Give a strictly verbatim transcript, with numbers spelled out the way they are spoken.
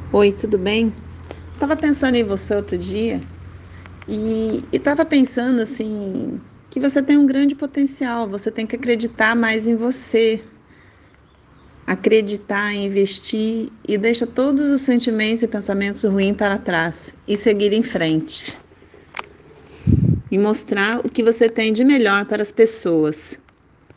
Oi, tudo bem? Tava pensando em você outro dia e, e tava pensando assim que você tem um grande potencial, você tem que acreditar mais em você, acreditar, investir e deixa todos os sentimentos e pensamentos ruins para trás e seguir em frente e mostrar o que você tem de melhor para as pessoas.